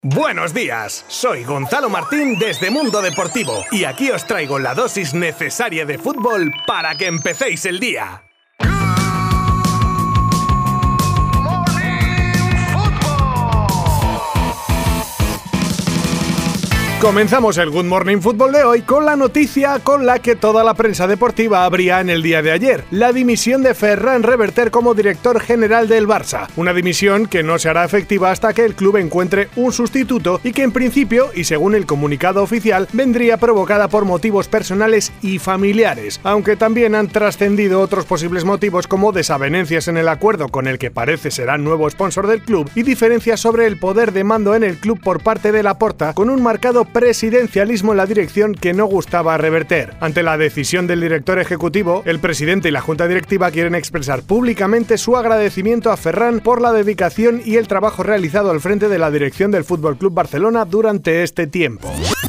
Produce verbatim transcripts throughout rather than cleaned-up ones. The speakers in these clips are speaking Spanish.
Buenos días, soy Gonzalo Martín desde Mundo Deportivo y aquí os traigo la dosis necesaria de fútbol para que empecéis el día. Comenzamos el Good Morning Football de hoy con la noticia con la que toda la prensa deportiva abría en el día de ayer, la dimisión de Ferran Reverter como director general del Barça, una dimisión que no se hará efectiva hasta que el club encuentre un sustituto y que en principio, y según el comunicado oficial, vendría provocada por motivos personales y familiares, aunque también han trascendido otros posibles motivos como desavenencias en el acuerdo con el que parece será nuevo sponsor del club y diferencias sobre el poder de mando en el club por parte de Laporta, con un marcado presidencialismo en la dirección que no gustaba a Reverter. Ante la decisión del director ejecutivo, el presidente y la junta directiva quieren expresar públicamente su agradecimiento a Ferran por la dedicación y el trabajo realizado al frente de la dirección del F C Barcelona durante este tiempo.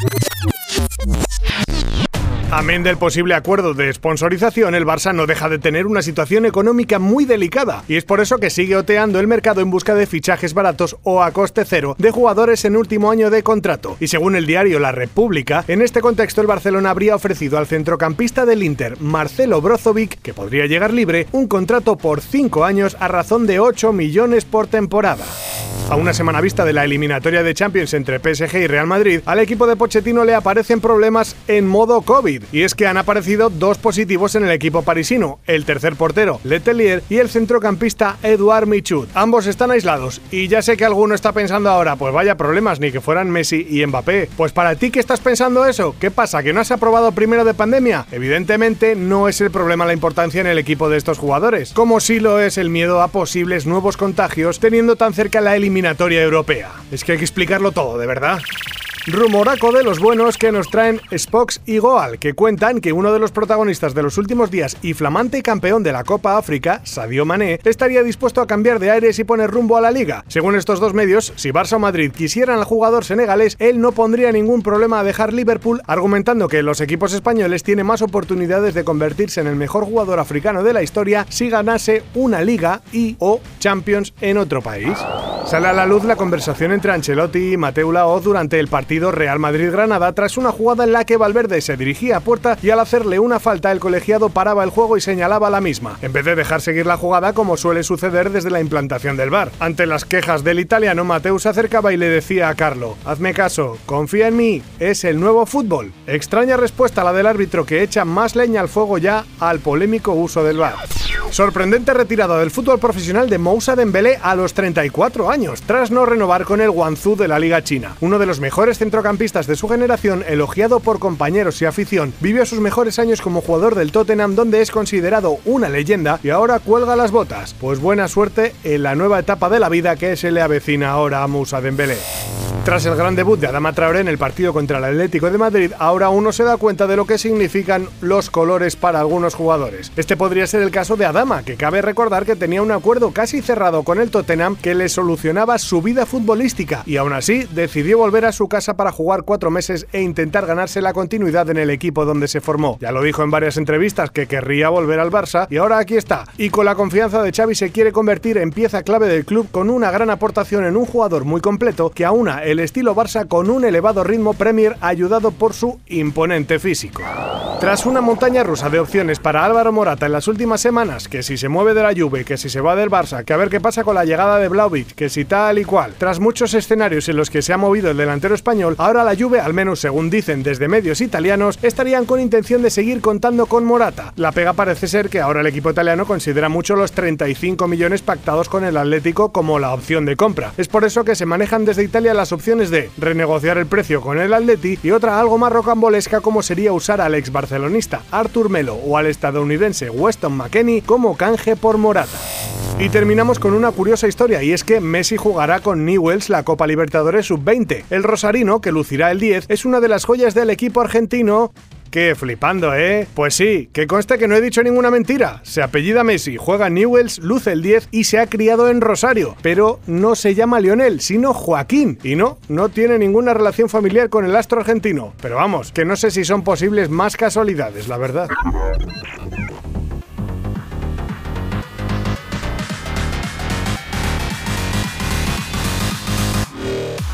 Amén del posible acuerdo de sponsorización, el Barça no deja de tener una situación económica muy delicada y es por eso que sigue oteando el mercado en busca de fichajes baratos o a coste cero de jugadores en último año de contrato. Y según el diario La República, en este contexto el Barcelona habría ofrecido al centrocampista del Inter, Marcelo Brozovic, que podría llegar libre, un contrato por cinco años a razón de ocho millones por temporada. A una semana vista de la eliminatoria de Champions entre P S G y Real Madrid, al equipo de Pochettino le aparecen problemas en modo COVID, y es que han aparecido dos positivos en el equipo parisino, el tercer portero, Letelier, y el centrocampista Edouard Michut. Ambos están aislados, y ya sé que alguno está pensando ahora, pues vaya problemas, ni que fueran Messi y Mbappé. Pues para ti, ¿qué estás pensando eso? ¿Qué pasa, que no has aprobado primero de pandemia? Evidentemente no es el problema la importancia en el equipo de estos jugadores, como sí lo es el miedo a posibles nuevos contagios teniendo tan cerca la eliminatoria europea. Es que hay que explicarlo todo, de verdad. Rumoraco de los buenos que nos traen Spox y Goal, que cuentan que uno de los protagonistas de los últimos días y flamante campeón de la Copa África, Sadio Mané, estaría dispuesto a cambiar de aires y poner rumbo a la Liga. Según estos dos medios, si Barça o Madrid quisieran al jugador senegalés, él no pondría ningún problema a dejar Liverpool, argumentando que los equipos españoles tienen más oportunidades de convertirse en el mejor jugador africano de la historia si ganase una Liga y o Champions en otro país. Sale a la luz la conversación entre Ancelotti y Mateu Laoz durante el partido Real Madrid-Granada tras una jugada en la que Valverde se dirigía a puerta y al hacerle una falta el colegiado paraba el juego y señalaba la misma, en vez de dejar seguir la jugada como suele suceder desde la implantación del V A R. Ante las quejas del italiano, Mateu se acercaba y le decía a Carlo: hazme caso, confía en mí, es el nuevo fútbol. Extraña respuesta la del árbitro que echa más leña al fuego ya al polémico uso del V A R. Sorprendente retirada del fútbol profesional de Moussa Dembélé a los treinta y cuatro años, tras no renovar con el Guangzhou de la Liga China. Uno de los mejores centrocampistas de su generación, elogiado por compañeros y afición, vivió sus mejores años como jugador del Tottenham, donde es considerado una leyenda y ahora cuelga las botas. Pues buena suerte en la nueva etapa de la vida que se le avecina ahora a Moussa Dembélé. Tras el gran debut de Adama Traoré en el partido contra el Atlético de Madrid, ahora uno se da cuenta de lo que significan los colores para algunos jugadores. Este podría ser el caso de Adama, que cabe recordar que tenía un acuerdo casi cerrado con el Tottenham que le solucionaba su vida futbolística, y aún así decidió volver a su casa para jugar cuatro meses e intentar ganarse la continuidad en el equipo donde se formó. Ya lo dijo en varias entrevistas que querría volver al Barça, y ahora aquí está. Y con la confianza de Xavi se quiere convertir en pieza clave del club con una gran aportación en un jugador muy completo que aúna el estilo Barça con un elevado ritmo Premier ayudado por su imponente físico. Tras una montaña rusa de opciones para Álvaro Morata en las últimas semanas, que si se mueve de la Juve, que si se va del Barça, que a ver qué pasa con la llegada de Vlahovic, que si tal y cual, tras muchos escenarios en los que se ha movido el delantero español, ahora la Juve, al menos según dicen desde medios italianos, estarían con intención de seguir contando con Morata. La pega parece ser que ahora el equipo italiano considera mucho los treinta y cinco millones pactados con el Atlético como la opción de compra. Es por eso que se manejan desde Italia las opciones de renegociar el precio con el Atleti y otra algo más rocambolesca como sería usar al ex barcelonista Artur Melo o al estadounidense Weston McKennie como canje por Morata. Y terminamos con una curiosa historia, y es que Messi jugará con Newell's la Copa Libertadores sub veinte. El rosarino, que lucirá el diez, es una de las joyas del equipo argentino. ¡Qué flipando, eh! Pues sí, que conste que no he dicho ninguna mentira. Se apellida Messi, juega en Newell's, luce el diez y se ha criado en Rosario. Pero no se llama Lionel, sino Joaquín. Y no, no tiene ninguna relación familiar con el astro argentino. Pero vamos, que no sé si son posibles más casualidades, la verdad.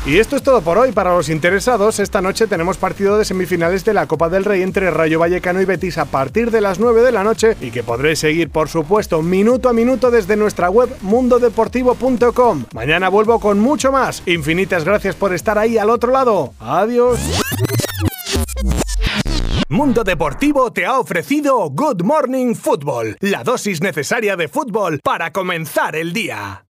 Y esto es todo por hoy. Para los interesados, esta noche tenemos partido de semifinales de la Copa del Rey entre Rayo Vallecano y Betis a partir de las nueve de la noche y que podréis seguir, por supuesto, minuto a minuto desde nuestra web mundo deportivo punto com. Mañana vuelvo con mucho más. Infinitas gracias por estar ahí al otro lado. Adiós. Mundo Deportivo te ha ofrecido Good Morning Football, la dosis necesaria de fútbol para comenzar el día.